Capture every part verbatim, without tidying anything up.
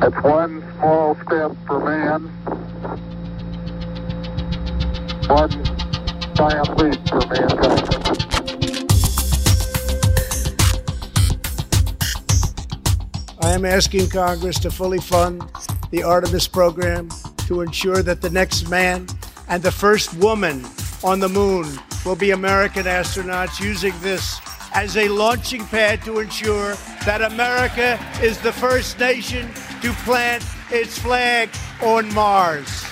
It's one small step for man, one giant leap for mankind. I am asking Congress to fully fund the Artemis program to ensure that the next man and the first woman on the moon will be American astronauts, using this as a launching pad to ensure that America is the first nation to plant its flag on Mars.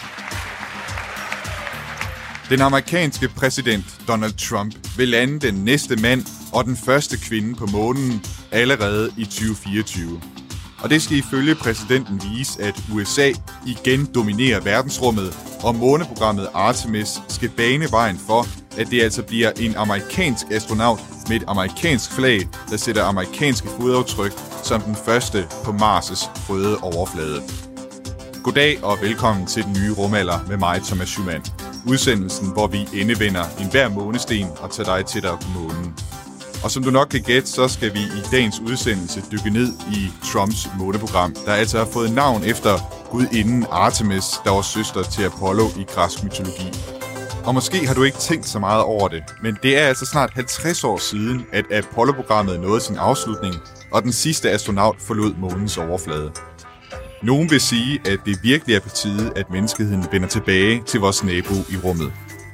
Den amerikanske præsident Donald Trump vil lande den næste mand og den første kvinde på månen allerede i tyve fireogtyve. Og det skal ifølge præsidenten vise, at U S A igen dominerer verdensrummet, og måneprogrammet Artemis skal bane vejen for, at det altså bliver en amerikansk astronaut med et amerikansk flag, der sætter amerikanske fodaftryk som den første på Mars' røde overflade. Goddag og velkommen til den nye rumalder med mig, Thomas Schumann. Udsendelsen, hvor vi endevender enhver månesten og tager dig tættere på månen. Og som du nok kan gætte, så skal vi i dagens udsendelse dykke ned i Trumps måneprogram, der altså har fået navn efter gudinden Artemis, der var søster til Apollo i græsk mytologi. Og måske har du ikke tænkt så meget over det, men det er altså snart halvtreds år siden, at Apollo-programmet nåede sin afslutning, og den sidste astronaut forlod månens overflade. Nogen vil sige, at det virkelig er på tide, at menneskeheden vender tilbage til vores nabo i rummet.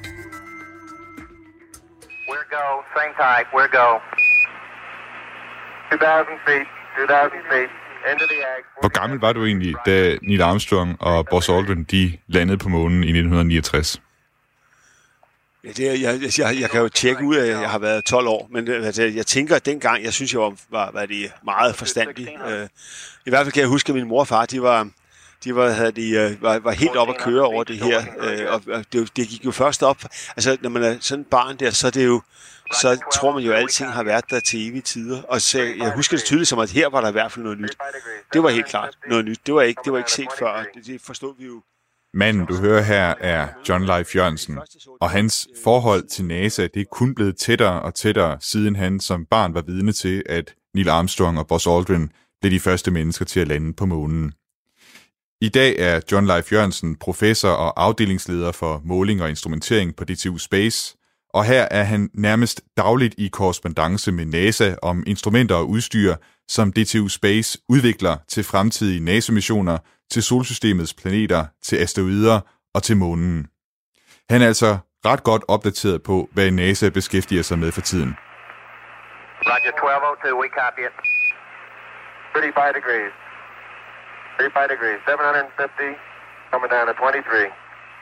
Go, same type, we're go. two thousand feet, two thousand feet, into the ag. Hvor gammel var du egentlig, da Neil Armstrong og Buzz Aldrin de landede på månen i nitten niogtres? Ja, det er, jeg, jeg, jeg kan jo tjekke ud af, at jeg har været tolv år, men altså, jeg tænker, at dengang, jeg synes, jeg var, var, var det meget forstandig. Uh, I hvert fald kan jeg huske, at min mor og far, de var... De var, havde de, var, var helt op at køre over det her, øh, og det, det gik jo først op. Altså, når man er sådan et barn der, så er det jo, så tror man jo, at alting har været der til evige tider. Og så, jeg husker det tydeligt som, at her var der i hvert fald noget nyt. Det var helt klart noget nyt. Det var ikke, det var ikke set før. Det, det forstod vi jo. Manden, du hører her, er John Leif Jørgensen, og hans forhold til NASA, det er kun blevet tættere og tættere, siden han som barn var vidne til, at Neil Armstrong og Buzz Aldrin blev de første mennesker til at lande på månen. I dag er John Leif Jørgensen professor og afdelingsleder for måling og instrumentering på D T U Space, og her er han nærmest dagligt i korrespondance med NASA om instrumenter og udstyr, som D T U Space udvikler til fremtidige NASA-missioner, til solsystemets planeter, til asteroider og til månen. Han er altså ret godt opdateret på, hvad NASA beskæftiger sig med for tiden. Roger, twelve oh two, we copy it. thirty-five degrees. thirty-five degrees, seven hundred fifty, coming down to twenty-three.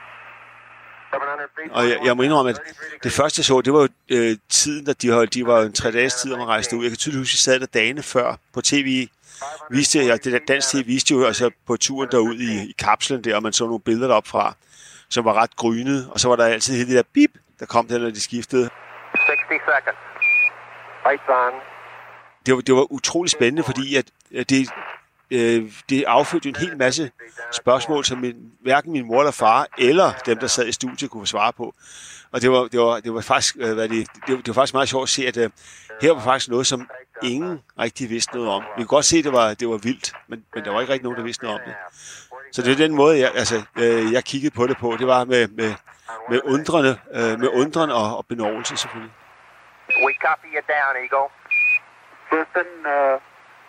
Og jeg, jeg må indrømme, at det første jeg så, det var jo øh, tiden, da de, de var en tre dages tid, om at rejse ud. Jeg kan tydeligt huske, at jeg sad der dagene før på tv. Viste, ja, det der dansk tv viste jo altså på turen derud i, i kapslen der, og man så nogle billeder derop fra, som var ret grynede. Og så var der altid hele det der bip, der kom der, når de skiftede. sixty seconds. Lights on. Det var, det var utrolig spændende, fordi at, at det... Øh, det affødte en hel masse spørgsmål, som min, hverken min mor eller far, eller dem, der sad i studiet, kunne svare på. Og det var, det var, det var, faktisk, øh, hvad det, det, var, det var faktisk meget sjovt at se, at øh, her var faktisk noget, som ingen rigtig vidste noget om. Vi kunne godt se, at det var, det var vildt, men, men der var ikke rigtig nogen, der vidste noget om det. Så det er den måde, jeg, altså, øh, jeg kiggede på det på. Det var med, med, med undrende, øh, med undrende og, og benovelse, selvfølgelig. We copy you down, Eagle. Houston, uh...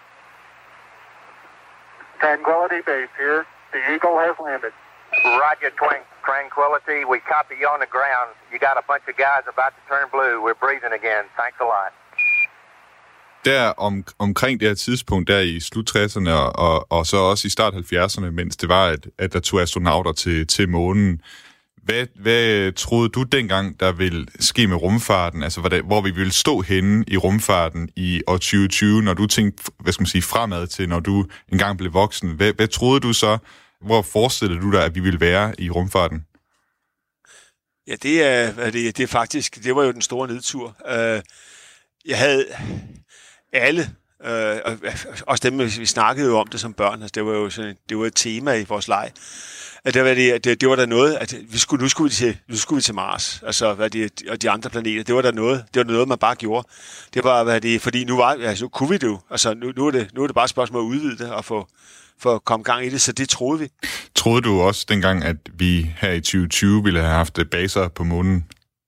Tranquility Base here. The Eagle has landed. Roger, twin. Tranquility. We copy you on the ground. You got a bunch of guys about to turn blue. We're breathing again. Thanks a lot. Der om, omkring det her tidspunkt, der i slut tresserne og, og, og så også i start halvfjerdserne, mens det var, at, at der tog astronauter til, til månen. Hvad, hvad troede du dengang, der ville ske med rumfarten? Altså, hvor, der, hvor vi ville stå henne i rumfarten i år tyve tyve, når du tænkte, hvad skal man sige, fremad til, når du engang blev voksen? Hvad, hvad troede du så? Hvor forestillede du dig, at vi ville være i rumfarten? Ja, det er, det, det er faktisk, det var jo den store nedtur. Jeg havde alle Øh, og, også dem, vi snakkede jo om det som børn. Altså, det var jo sådan, det var et tema i vores leg. At det var, det, det, det var der noget, at vi skulle, nu, skulle vi til, nu skulle vi til Mars, altså hvad det, og de andre planeter. Det var der noget, det var noget, man bare gjorde. Det var, hvad det, fordi nu var, altså, nu kunne vi det jo. Altså, nu, nu, er det, nu er det bare et spørgsmål at udvide det og få, for at komme gang i det, så det troede vi. Troede du også dengang, at vi her i tyve tyve ville have haft baser på månen?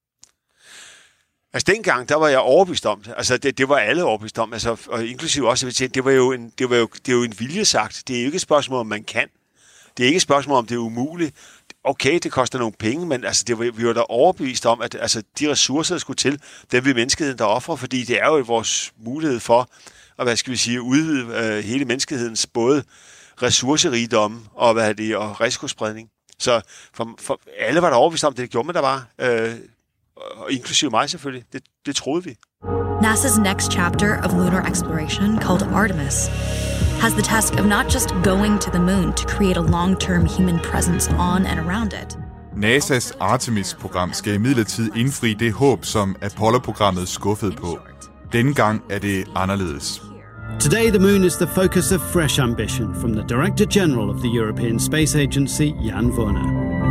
Altså dengang, der var jeg overbevist om det. Altså det, det var alle overbevist om, altså, og inklusive også, det var jo en, det var jo, det er jo en viljesagt. Det er jo ikke et spørgsmål, om man kan. Det er ikke et spørgsmål, om det er umuligt. Okay, det koster nogle penge, men altså, det var, vi var da overbevist om, at altså, de ressourcer, der skulle til, dem vil menneskeheden der ofre, fordi det er jo vores mulighed for at, hvad skal vi sige, udvide øh, hele menneskehedens både ressourcerigdom og, hvad det, og risikospredning. Så for, for alle var der overbevist om, det, det gjorde man der bare, øh, og inklusive mig selvfølgelig. Det, det troede vi. NASA's next chapter of lunar exploration, called Artemis, has the task of not just going to the moon to create a long-term human presence on and around it. NASA's Artemis-program skal imidlertid indfri det håb, som Apollo-programmet skuffede på. Denne gang er det anderledes. Today the moon is the focus of fresh ambition from the Director General of the European Space Agency, Jan Wörner.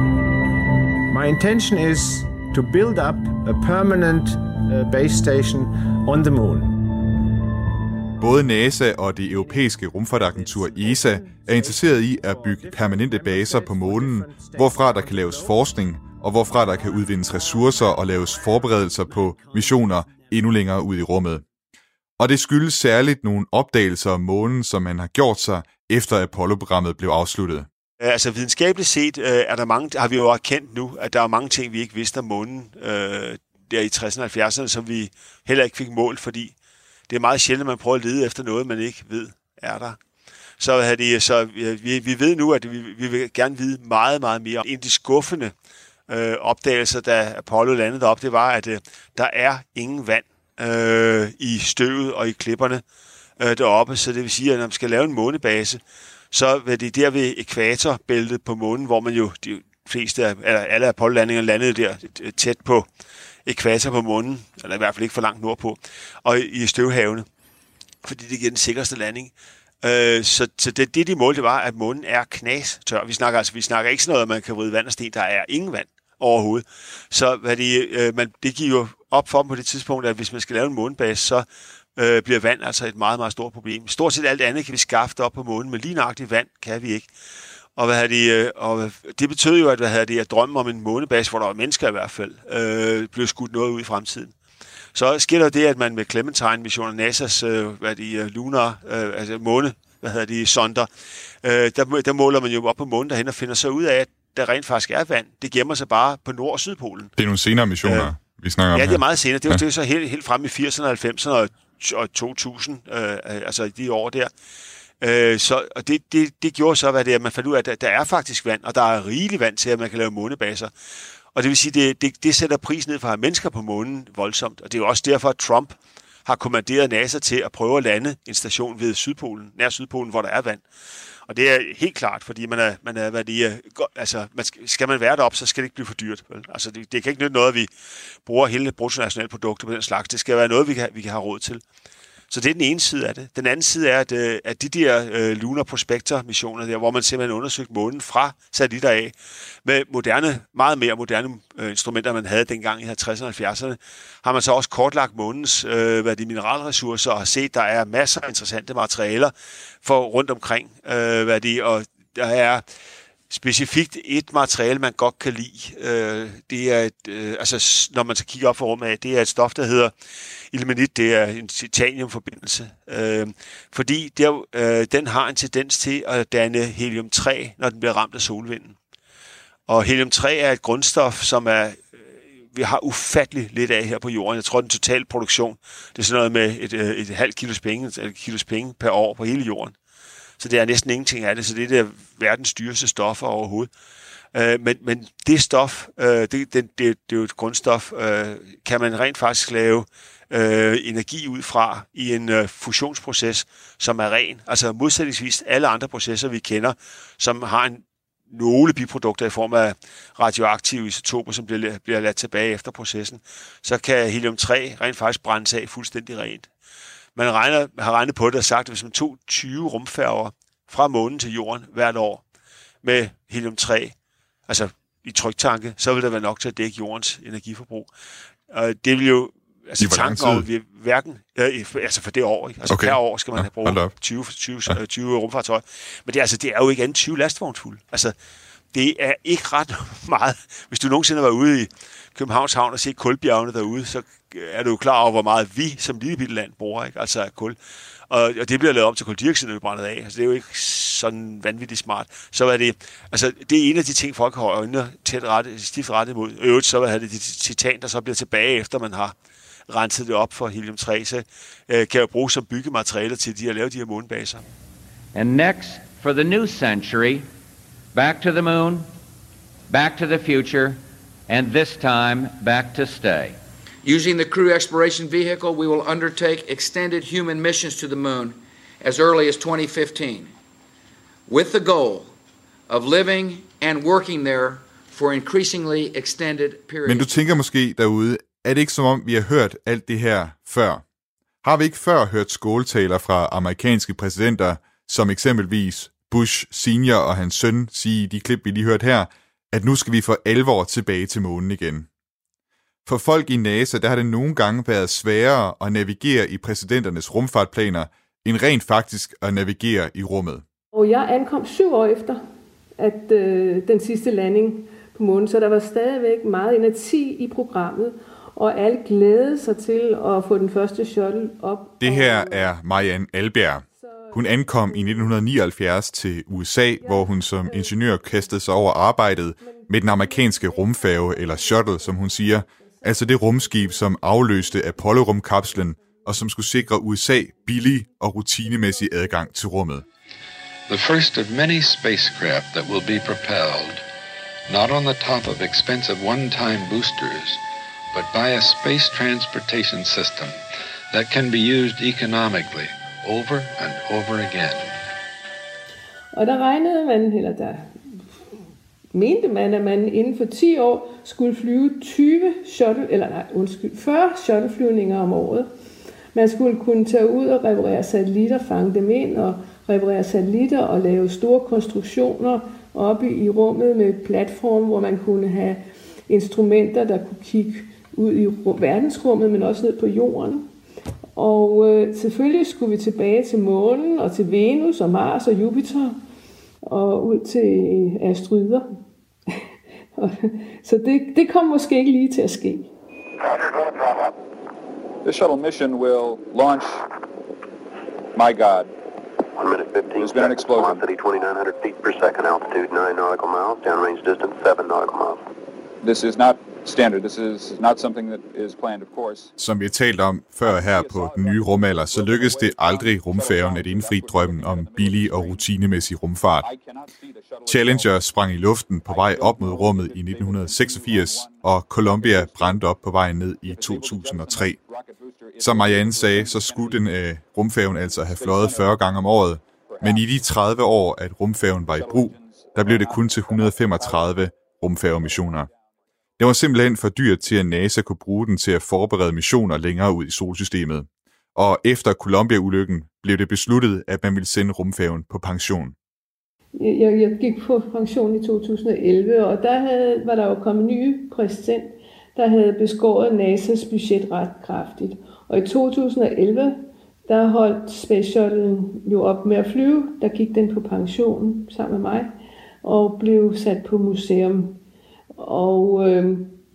My intention is to build up a permanent uh, base station on the moon. Både NASA og det europæiske rumfartagentur E S A er interesseret i at bygge permanente baser på månen, hvorfra der kan laves forskning, og hvorfra der kan udvindes ressourcer og laves forberedelser på missioner endnu længere ud i rummet. Og det skyldes særligt nogle opdagelser om månen, som man har gjort sig, efter Apollo-programmet blev afsluttet. Altså videnskabeligt set øh, er der mange, har vi jo erkendt nu, at der er mange ting, vi ikke vidste om månen øh, der i tresserne og halvfjerdserne, som vi heller ikke fik målt, fordi det er meget sjældent, at man prøver at lede efter noget, man ikke ved er der. Så, det, så vi, vi ved nu, at vi, vi vil gerne vide meget, meget mere. En af de skuffende øh, opdagelser, da Apollo landede op, det var, at øh, der er ingen vand øh, i støvet og i klipperne øh, deroppe. Så det vil sige, at når man skal lave en månebase, så er det der ved ekvatorbæltet på månen, hvor man jo de fleste af, eller alle Apollo-landinger landede der tæt på ekvator på månen, eller i hvert fald ikke for langt nordpå, og i støvhavene, fordi det giver den sikreste landing. Øh, så så det, det, de målte, var, at månen er knastør. Vi snakker altså, vi snakker ikke sådan noget, at man kan vride vand og sten. Der er ingen vand overhovedet. Så hvad det, øh, man, det giver jo op for dem på det tidspunkt, at hvis man skal lave en månebase, så øh, bliver vand altså et meget, meget stort problem. Stort set alt andet kan vi skaffe op på månen, men lige nøjagtigt vand kan vi ikke. Og, hvad det, og det betød jo, at, hvad det, at drømmen om en månebase, hvor der var mennesker i hvert fald, øh, blev skudt noget ud i fremtiden. Så sker der det, at man med Clementine-missionen, NASA's øh, hvad det, lunar, øh, altså måne, hvad hedder de, sonder, øh, der, der måler man jo op på månen derhen og finder så ud af, at der rent faktisk er vand. Det gemmer sig bare på Nord- og Sydpolen. Det er nogle senere missioner, øh, vi snakker om Ja, her. det er meget senere. Det var, ja. det var så helt, helt frem i firserne, halvfemserne og, og to tusind, øh, altså de år der. Øh, så, og det, det, det gjorde så, hvad det er, at man fandt ud af, at der, der er faktisk vand, og der er rigeligt vand til, at man kan lave månebaser. Og det vil sige, det, det, det sætter prisen ned for at have mennesker på månen voldsomt. Og det er jo også derfor, at Trump har kommanderet NASA til at prøve at lande en station ved Sydpolen, nær Sydpolen, hvor der er vand. Og det er helt klart, fordi man er, man er hvad det er, altså, man skal, skal man være deroppe, så skal det ikke blive for dyrt. Vel? Altså, det, det kan ikke nytte noget, at vi bruger hele bruttonationalproduktet på den slags. Det skal være noget, vi kan, vi kan have råd til. Så det er den ene side af det. Den anden side er, at, at de der uh, Lunar Prospector-missioner der, hvor man simpelthen undersøgte månen fra satellitter af, med moderne, meget mere moderne uh, instrumenter, man havde dengang i halvtredserne og halvfjerdserne, har man så også kortlagt månens uh, hvad de mineralressourcer og har set, at der er masser af interessante materialer for rundt omkring. Uh, hvad de, og der er specifikt et materiale, man godt kan lide. Øh, det er et, øh, altså, når man så kigger op for rummet af, det er et stof, der hedder ilmenit. Det er en titaniumforbindelse. Øh, fordi der, øh, den har en tendens til at danne helium tre, når den bliver ramt af solvinden. Og helium tre er et grundstof, som er, øh, vi har ufattelig lidt af her på jorden. Jeg tror, den totale produktion, det er sådan noget med et, et, et halvt kilos penge, et kilos penge per år på hele jorden. Så det er næsten ingenting af det, så det er det verdens dyreste stoffer overhovedet. Øh, men, men det stof, øh, det, det, det, det er jo et grundstof, øh, kan man rent faktisk lave øh, energi ud fra i en øh, fusionsproces, som er ren. Altså modsætningsvis alle andre processer, vi kender, som har en, nogle biprodukter i form af radioaktive isotoper, som bliver, bliver ladt tilbage efter processen, så kan helium tre rent faktisk brændes af fuldstændig rent. man regner, har regnet på det og sagt, at hvis man tog tyve rumfærger fra månen til jorden hvert år med helium tre, altså i tryktanke, så vil der være nok til at dække jordens energiforbrug. Og det vil jo, altså tanken om, vi hverken, øh, altså for det år, ikke? Altså okay. Per år skal man have brugt tyve, tyve, tyve, tyve rumfartøjer. Men det, altså, det er jo ikke andet tyve lastvognsfulde. Altså, det er ikke ret meget. Hvis du nogensinde har været ude i Københavns Havn og set kulbjergene derude, så er du jo klar over, hvor meget vi som lille bitte land bruger, ikke? Altså af kul. Og, og det bliver lavet om til kuldioxid, når vi brænder af. Altså, det er jo ikke sådan vanvittigt smart. Så er det, altså, det er en af de ting, folk har øjnene tæt rette, stift rettet imod. Og øvrigt, så er det det titan, der så bliver tilbage, efter man har renset det op for helium tre, så øh, kan jo bruges som byggematerialer til de at lave de her månebaser. And next, for the new century, back to the moon, back to the future, and this time back to stay. Using the Crew Exploration Vehicle, we will undertake extended human missions to the moon as early as twenty fifteen, with the goal of living and working there for increasingly extended periods. Men du tænker måske derude, er det ikke som om, vi har hørt alt det her før? Har vi ikke før hørt skåltaler fra amerikanske præsidenter, som eksempelvis Bush senior og hans søn sige i de klip, vi lige hørte her, at nu skal vi for alvor tilbage til månen igen? For folk i NASA, der har det nogle gange været sværere at navigere i præsidenternes rumfartplaner, end rent faktisk at navigere i rummet. Og jeg ankom syv år efter, at øh, den sidste landing på månen, så der var stadigvæk meget inerti i programmet, og alle glædede sig til at få den første shuttle op. Det her er Marianne Albjerg. Hun ankom i nitten nioghalvfjerds til U S A, hvor hun som ingeniør kastede sig over arbejdet med den amerikanske rumfærge, eller shuttle, som hun siger, altså det rumskib, som afløste Apollo-rumkapslen, og som skulle sikre U S A billig og rutinemæssig adgang til rummet. The first of many spacecraft that will be propelled, not on the top of expensive one-time boosters, but by a space transportation system that can be used economically over and over again. Og der regnede man, eller der mente man, at man inden for ti år skulle flyve tyve shuttle, eller nej, undskyld, fyrre shuttleflyvninger om året. Man skulle kunne tage ud og reparere satellitter, fange dem ind og reparere satellitter og lave store konstruktioner oppe i rummet med platform, hvor man kunne have instrumenter, der kunne kigge ud i verdensrummet, men også ned på jorden. Og øh, selvfølgelig skulle vi tilbage til månen og til Venus og Mars og Jupiter og ud til asteroider. Så det, det kom måske ikke lige til at ske. This shuttle mission will launch My God. one minute fifteen There's been an explosion. Velocity twenty-nine hundred feet per second, altitude nine nautical miles, downrange distance seven nautical miles. This is not standard. This is not something that is planned, of course. Som vi har talt om før her på den nye rumalder, så lykkedes det aldrig rumfærgen at indfri drømmen om billig og rutinemæssig rumfart. Challenger sprang i luften på vej op mod rummet i nitten seksogfirs, og Columbia brændte op på vejen ned i to tusind og tre. Som Marianne sagde, så skulle den øh, rumfærgen altså have fløjet fyrre gange om året, men i de tredive år, at rumfærgen var i brug, der blev det kun til et hundrede og femogtredive rumfærgemissioner. Det var simpelthen for dyrt til, at NASA kunne bruge den til at forberede missioner længere ud i solsystemet. Og efter Columbia-ulykken blev det besluttet, at man ville sende rumfærgen på pension. Jeg, jeg gik på pension i to tusind og elleve, og der havde, var der jo kommet ny præsident, der havde beskåret NASAs budget ret kraftigt. Og i to tusind og elleve, der holdt Space Shuttle jo op med at flyve. Der gik den på pension sammen med mig, og blev sat på museum. Og øh,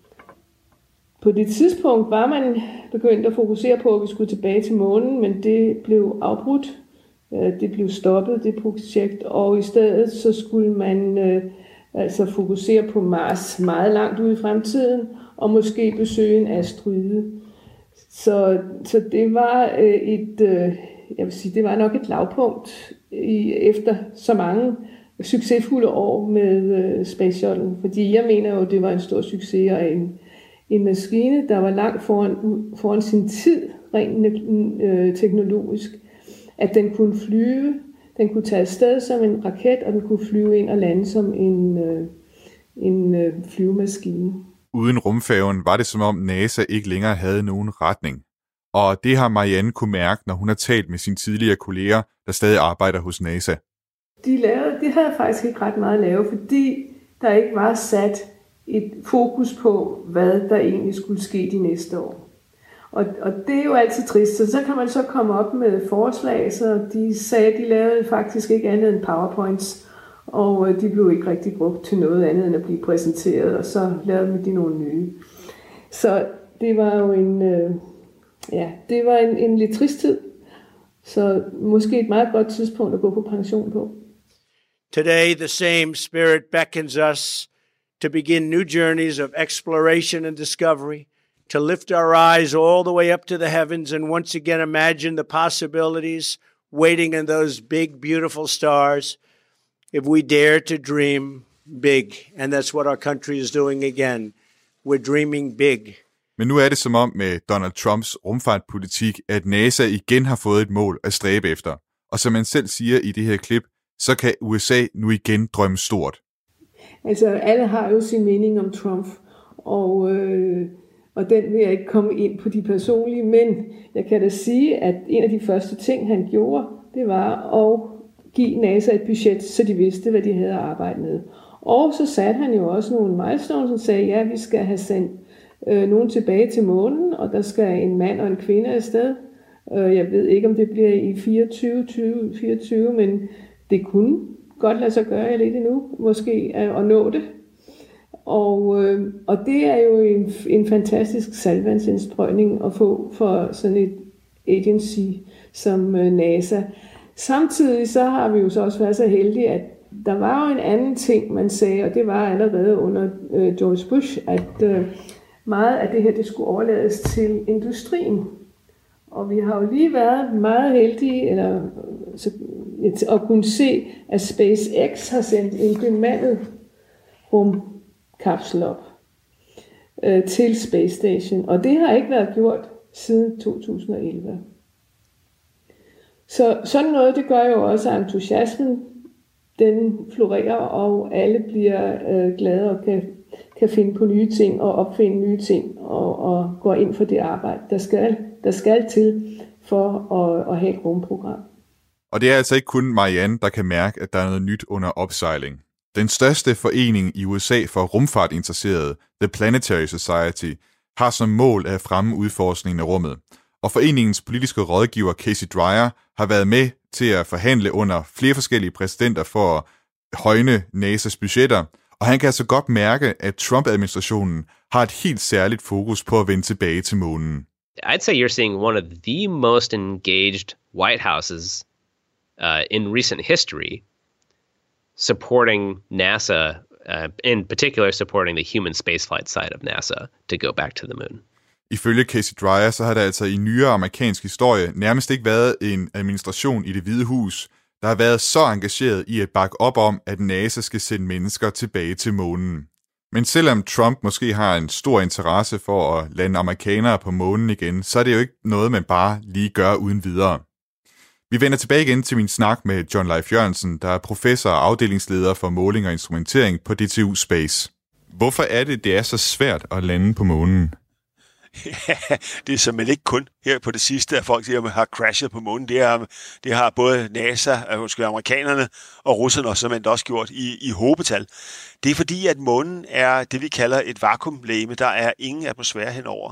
på det tidspunkt var man begyndt at fokusere på, at vi skulle tilbage til månen, men det blev afbrudt. Det blev stoppet, det projekt, og i stedet så skulle man øh, altså fokusere på Mars meget langt ude i fremtiden, og måske besøge en asteroide. Så, så det var øh, et, øh, jeg vil sige, det var nok et lavpunkt i, efter så mange succesfulde år med øh, Space Shuttle, fordi jeg mener jo, det var en stor succes og en, en maskine, der var langt foran, foran sin tid, rent øh, teknologisk, at den kunne flyve, den kunne tage afsted som en raket, og den kunne flyve ind og lande som en, øh, en øh, flyvemaskine. Uden rumfærgen var det som om NASA ikke længere havde nogen retning. og det har Marianne kunne mærke, når hun har talt med sine tidligere kolleger, der stadig arbejder hos NASA. De lavede, det havde faktisk ikke ret meget at lave, fordi der ikke var sat et fokus på, hvad der egentlig skulle ske de næste år. Og, og det er jo altid trist, så så kan man så komme op med forslag, så de sagde, at de lavede faktisk ikke andet end PowerPoints, og de blev ikke rigtig brugt til noget andet end at blive præsenteret, og så lavede de nogle nye. Så det var jo en, øh, ja, det var en, en lidt trist tid, så måske et meget godt tidspunkt at gå på pension på. Today, the same spirit beckons us to begin new journeys of exploration and discovery, to lift our eyes all the way up to the heavens and once again imagine the possibilities waiting in those big, beautiful stars if we dare to dream big. And that's what our country is doing again. We're dreaming big. Men nu er det som om med Donald Trumps rumfartpolitik, at NASA igen har fået et mål at stræbe efter. Og som man selv siger i det her klip, så kan U S A nu igen drømme stort. Altså, alle har jo sin mening om Trump, og, øh, og den vil jeg ikke komme ind på de personlige, men jeg kan da sige, at en af de første ting, han gjorde, det var at give NASA et budget, så de vidste, hvad de havde at arbejde med. Og så satte han jo også nogle milestones, og sagde, ja, vi skal have sendt øh, nogen tilbage til månen, og der skal en mand og en kvinde afsted. Øh, jeg ved ikke, om det bliver i fireogtyve, tyve, fireogtyve, men det kunne godt lade sig gøre lidt endnu, måske at nå det. Og, øh, og det er jo en, en fantastisk saltvandsindsprøjtning at få for sådan et agency som øh, NASA. Samtidig så har vi jo så også været så heldige, at der var jo en anden ting, man sagde, og det var allerede under øh, George Bush, at øh, meget af det her, det skulle overlades til industrien. Og vi har jo lige været meget heldige eller, så, at kunne se, at SpaceX har sendt en bemandet rumkapsel op øh, til Space Station. Og det har ikke været gjort siden to tusind og elleve. Så sådan noget, det gør jo også, at entusiasmen, den florerer, og alle bliver øh, glade og kan, kan finde på nye ting og opfinde nye ting og, og går ind for det arbejde, der skal, der skal til for at, at have et rumprogram. Og det er altså ikke kun Marianne, der kan mærke, at der er noget nyt under opsejling. Den største forening i U S A for rumfartinteresserede, The Planetary Society, har som mål at fremme udforskningen af rummet. Og foreningens politiske rådgiver Casey Dreyer har været med til at forhandle under flere forskellige præsidenter for at højne NASA's budgetter, og han kan altså godt mærke, at Trump-administrationen har et helt særligt fokus på at vende tilbage til månen. I'd say you're seeing one of the most engaged White Houses uh, in recent history supporting NASA, uh, in particular supporting the human spaceflight side of NASA to go back to the moon. Ifølge Casey Dreyer, så har der altså i nyere amerikansk historie nærmest ikke været en administration i Det Hvide Hus, der har været så engageret i at bakke op om, at NASA skal sende mennesker tilbage til månen. Men selvom Trump måske har en stor interesse for at lande amerikanere på månen igen, så er det jo ikke noget, man bare lige gør uden videre. Vi vender tilbage igen til min snak med John Leif Jørgensen, der er professor og afdelingsleder for måling og instrumentering på D T U Space. Hvorfor er det, det er så svært at lande på månen? Ja, det er simpelthen ikke kun her på det sidste, at folk siger, at har crashet på månen. Det har, det har både NASA, måske amerikanerne og russerne også, som også gjort i, i hobetal. Det er fordi, at månen er det, vi kalder et vakuumlegeme. Der er ingen atmosfære henover.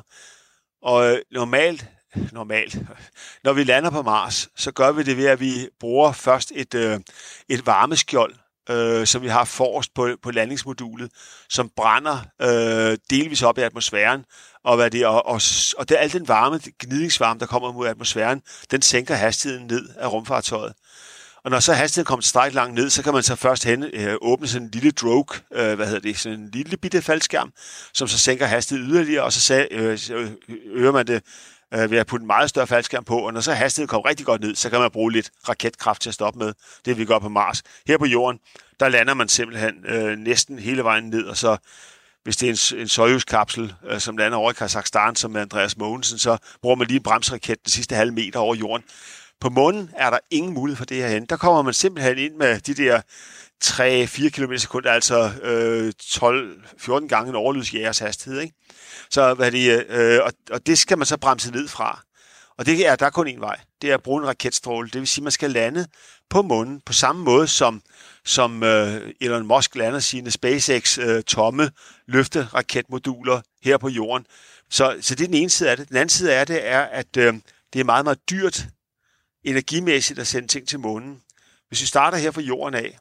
Og normalt, normalt, når vi lander på Mars, så gør vi det ved, at vi bruger først et, et varmeskjold, Øh, som vi har forrest på, på landingsmodulet, som brænder øh, delvis op i atmosfæren, og, hvad det, og, og, og det, al den varme, gnidningsvarme, der kommer mod atmosfæren, den sænker hastigheden ned af rumfartøjet. Og når så hastigheden kommer strækt langt ned, så kan man så først hen, øh, åbne sådan en lille drogue, øh, hvad hedder det, sådan en lille bitte faldskærm, som så sænker hastigheden yderligere, og så sag, øh, øger man det øh, ved at putte en meget større faldskærm på, og når så hastigheden kommer rigtig godt ned, så kan man bruge lidt raketkraft til at stoppe med. Det vi gør på Mars. Her på Jorden, der lander man simpelthen øh, næsten hele vejen ned, og så hvis det er en, en Soyuz-kapsel, øh, som lander over i Kazakhstan, som med Andreas Mogensen, så bruger man lige en bremsraket den sidste halve meter over jorden. På månen er der ingen mulighed for det herhen. Der kommer man simpelthen ind med de der tre til fire kilometer sekunder, altså øh, tolv til fjorten gange en overlydsjægers hastighed, ikke? Så hvad det, øh, og, og det skal man så bremse ned fra. Og det er, der er kun en vej. Det er at bruge en raketstråle. Det vil sige, at man skal lande på månen på samme måde, som, som øh, Elon Musk lander sine SpaceX øh, tomme løfteraketmoduler her på jorden. Så, så det er den ene side af det. Den anden side af det er, at øh, det er meget, meget dyrt energimæssigt at sende ting til månen. Hvis vi starter her fra jorden af,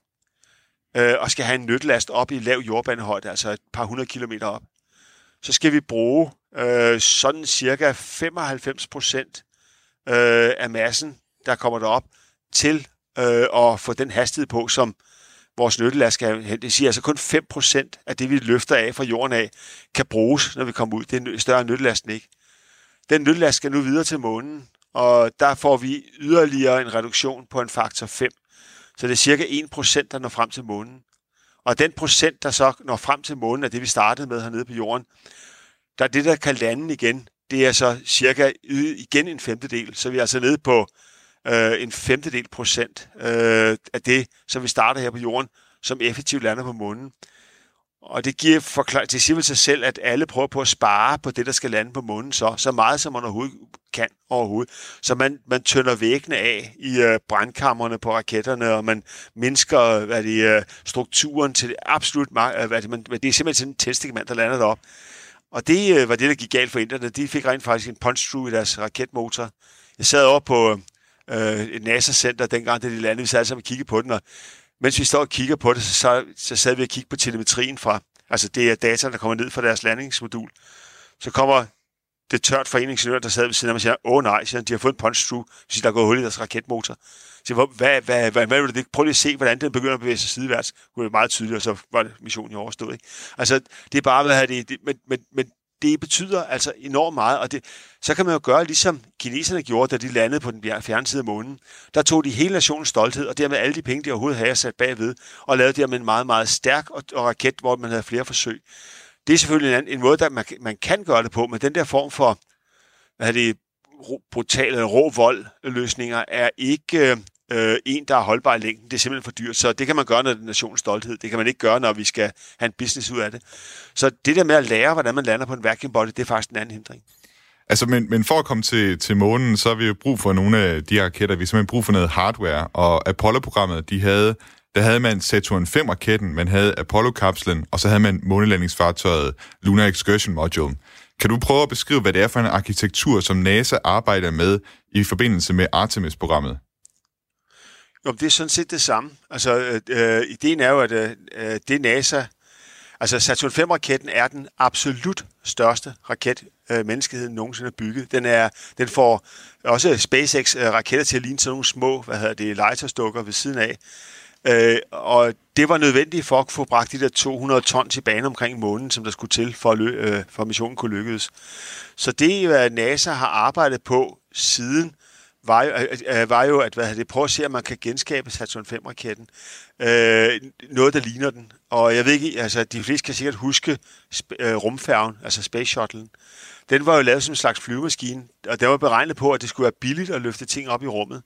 øh, og skal have en nyttelast op i lav jordbanehøjde, altså et par hundrede kilometer op, så skal vi bruge øh, sådan cirka femoghalvfems procent øh, af massen, der kommer derop, til øh, at få den hastighed på, som vores nyttelast skal have. Det siger altså kun fem procent af det, vi løfter af fra jorden af, kan bruges, når vi kommer ud. Det er større nyttelast ikke. Den nyttelast skal nu videre til månen, og der får vi yderligere en reduktion på en faktor fem. Så det er cirka en procent, der når frem til månen. Og den procent, der så når frem til månen, er det, vi startede med hernede på jorden. Der er det, der kan lande igen. Det er så cirka igen en femtedel. Så vi er altså nede på øh, en femtedel procent øh, af det, som vi starter her på jorden, som effektivt lander på månen. Og det giver forklar- det siger vel sig selv, at alle prøver på at spare på det, der skal lande på månen, så, så meget som man overhovedet kan overhovedet. Så man, man tønder væggene af i øh, brandkammerne på raketterne, og man mindsker hvad det, øh, strukturen til det absolut, øh, hvad det, man, det er simpelthen sådan en testikemand, der lander derop. Og det øh, var det, der gik galt for inderne. De fik rent faktisk en punch-through i deres raketmotor. Jeg sad over på øh, et NASA-center dengang, da de landede. Vi sad sammen og kiggede på den, og mens vi står og kigger på det, så, så, så sad vi og kigge på telemetrien fra, altså det er data, der kommer ned fra deres landingsmodul. Så kommer det tørt fra en ingeniør, der sad ved siden af mig og siger, åh nej, siger han, de har fået en punch-through, så der er gået hul i deres raketmotor. Så hvad, hvad, hvad, hvad, hvad vil det? Prøv lige at se, hvordan den begynder at bevæge sig sideværts. Det var meget tydeligt, og så var det missionen jo overstået. Ikke? Altså, det er bare, hvad det, det men, men, men det betyder altså enormt meget, og det, så kan man jo gøre, ligesom kineserne gjorde, da de landede på den fjerne side af månen. Der tog de hele nationens stolthed, og dermed alle de penge, de overhovedet havde sat bagved, og lavede dermed en meget, meget stærk og, og raket, hvor man havde flere forsøg. Det er selvfølgelig en, anden, en måde, der man, man kan gøre det på, men den der form for hvad er det, brutale, rå vold-løsninger er ikke øh, en, der er holdbar i længden. Det er simpelthen for dyrt, så det kan man gøre, når det er nationens stolthed. Det kan man ikke gøre, når vi skal have en business ud af det. Så det der med at lære, hvordan man lander på en vacuum body, det er faktisk en anden hindring. Altså, men, men for at komme til, til månen, så har vi jo brug for nogle af de raketter. Vi har simpelthen brug for noget hardware, og Apollo-programmet, de havde, der havde man Saturn fem-raketten, man havde Apollo-kapslen, og så havde man månelandingsfartøjet Lunar Excursion Module. Kan du prøve at beskrive, hvad det er for en arkitektur, som NASA arbejder med i forbindelse med Artemis-programmet? Jo, det er sådan set det samme. Altså, øh, ideen er jo, at øh, det NASA... Altså, Saturn fem-raketten er den absolut største raket, øh, menneskeheden nogensinde har bygget. Den, er, den får også SpaceX-raketter til at ligne sådan nogle små, hvad hedder det, legetøjsdukker ved siden af. Øh, og det var nødvendigt for at få bragt de der to hundrede ton til bane omkring månen, som der skulle til, for at, lø- øh, for at missionen kunne lykkes. Så det, NASA har arbejdet på siden, var jo, øh, var jo at hvad det, prøve at se, om man kan genskabe Saturn fem-raketten. Øh, noget, der ligner den. Og jeg ved ikke, altså de fleste kan sikkert huske sp- øh, rumfærgen, altså Space Shuttlen. Den var jo lavet som en slags flyvemaskine, og den var beregnet på, at det skulle være billigt at løfte ting op i rummet.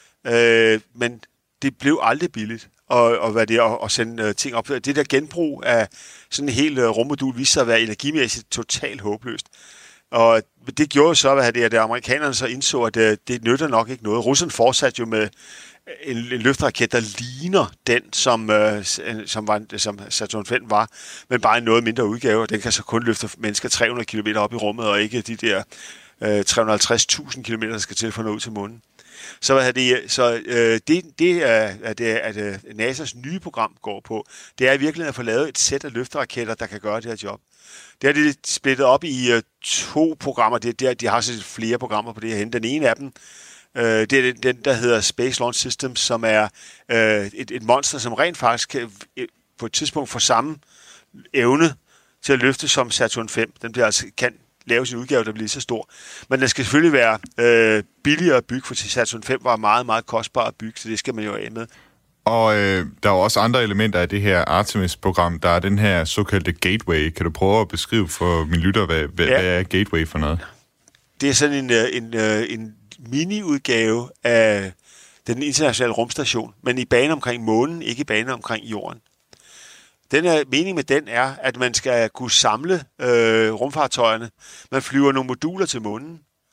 Øh, men det blev aldrig billigt og, og hvad det er, at sende uh, ting op. Det der genbrug af sådan en hel uh, rummodul viste sig at være energimæssigt totalt håbløst. Og det gjorde så, hvad det er, at amerikanerne så indså, at uh, det nytter nok ikke noget. Russerne fortsatte jo med en, en løfteraket, der ligner den, som, uh, som, var, som Saturn fem var, men bare en noget mindre udgave. Den kan så kun løfte mennesker tre hundrede kilometer op i rummet, og ikke de der uh, tre hundrede og halvtreds tusind kilometer, der skal til for at nå ud til månen. Så, hvad det, så øh, det, det er, at, det, at, at N A S A's nye program går på, det er i virkeligheden at få lavet et sæt af løfteraketter, der kan gøre det her job. Det er det splittet op i uh, to programmer. Det, det, de har så flere programmer på det her. Den ene af dem, øh, det er den, der hedder Space Launch Systems, som er øh, et, et monster, som rent faktisk kan, på et tidspunkt får samme evne til at løfte som Saturn fem. Den bliver altså kan lave sin udgave, der bliver lige så stor. Men den skal selvfølgelig være øh, billigere at bygge, for Saturn fem var meget, meget kostbar at bygge, så det skal man jo af med. Og øh, der er jo også andre elementer af det her Artemis-program. Der er den her såkaldte Gateway. Kan du prøve at beskrive for mine lytter, hvad, hvad, ja. hvad er Gateway for noget? Det er sådan en, en, en mini-udgave af den internationale rumstation, men i bane omkring månen, ikke i bane omkring jorden. Den her mening med den er, at man skal kunne samle øh, rumfartøjerne. Man flyver nogle moduler til månen,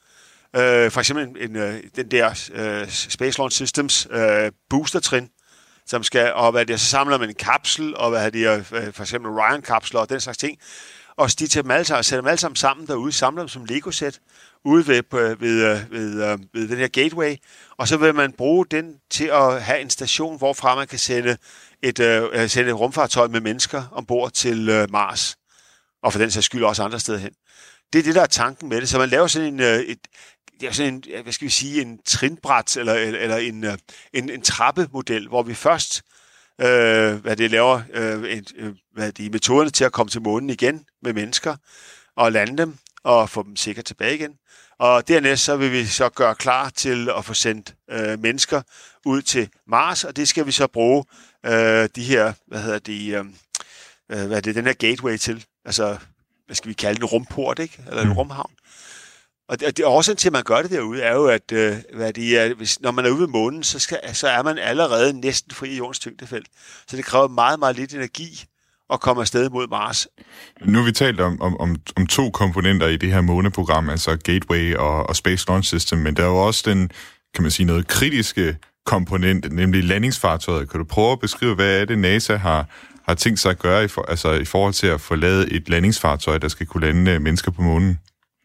Øh, for eksempel en, en, den der øh, Space Launch Systems øh, boostertrin, som skal, og hvad det, så samler man en kapsel, og hvad det er, for eksempel Orion-kapsler og den slags ting, og de tager dem alle sammen, sætter dem alle sammen sammen derude, samler dem som Lego-sæt, ude ved, ved, ved, ved, ved den her gateway, og så vil man bruge den til at have en station, hvorfra man kan sende et, uh, sende et rumfartøj med mennesker ombord til uh, Mars, og for den sags skyld også andre steder hen. Det er det, der er tanken med det. Så man laver sådan en, uh, et, det er sådan en, hvad skal vi sige, en trinbræt, eller, eller en, uh, en, en trappemodel, hvor vi først uh, hvad det laver uh, et, uh, hvad det, metoderne til at komme til månen igen med mennesker, og lande dem, og få dem sikkert tilbage igen. Og dernæst så vil vi så gøre klar til at få sendt øh, mennesker ud til Mars, og det skal vi så bruge øh, de her, hvad hedder det, øh, hvad er det, den her gateway til, altså, hvad skal vi kalde det, en rumport, ikke? Eller en rumhavn. Og det, det årsagen til, at man gør det derude, er jo, at øh, hvad det er, hvis, når man er ude ved månen, så, skal, så er man allerede næsten fri i jordens tyngdefelt. Så det kræver meget, meget lidt energi og komme afsted mod Mars. Nu har vi talt om, om, om to komponenter i det her måneprogram, altså Gateway og, og Space Launch System, men der er jo også den, kan man sige, noget kritiske komponent, nemlig landingsfartøjet. Kan du prøve at beskrive, hvad er det, NASA har, har tænkt sig at gøre i, for, altså, i forhold til at få lavet et landingsfartøj, der skal kunne lande mennesker på månen?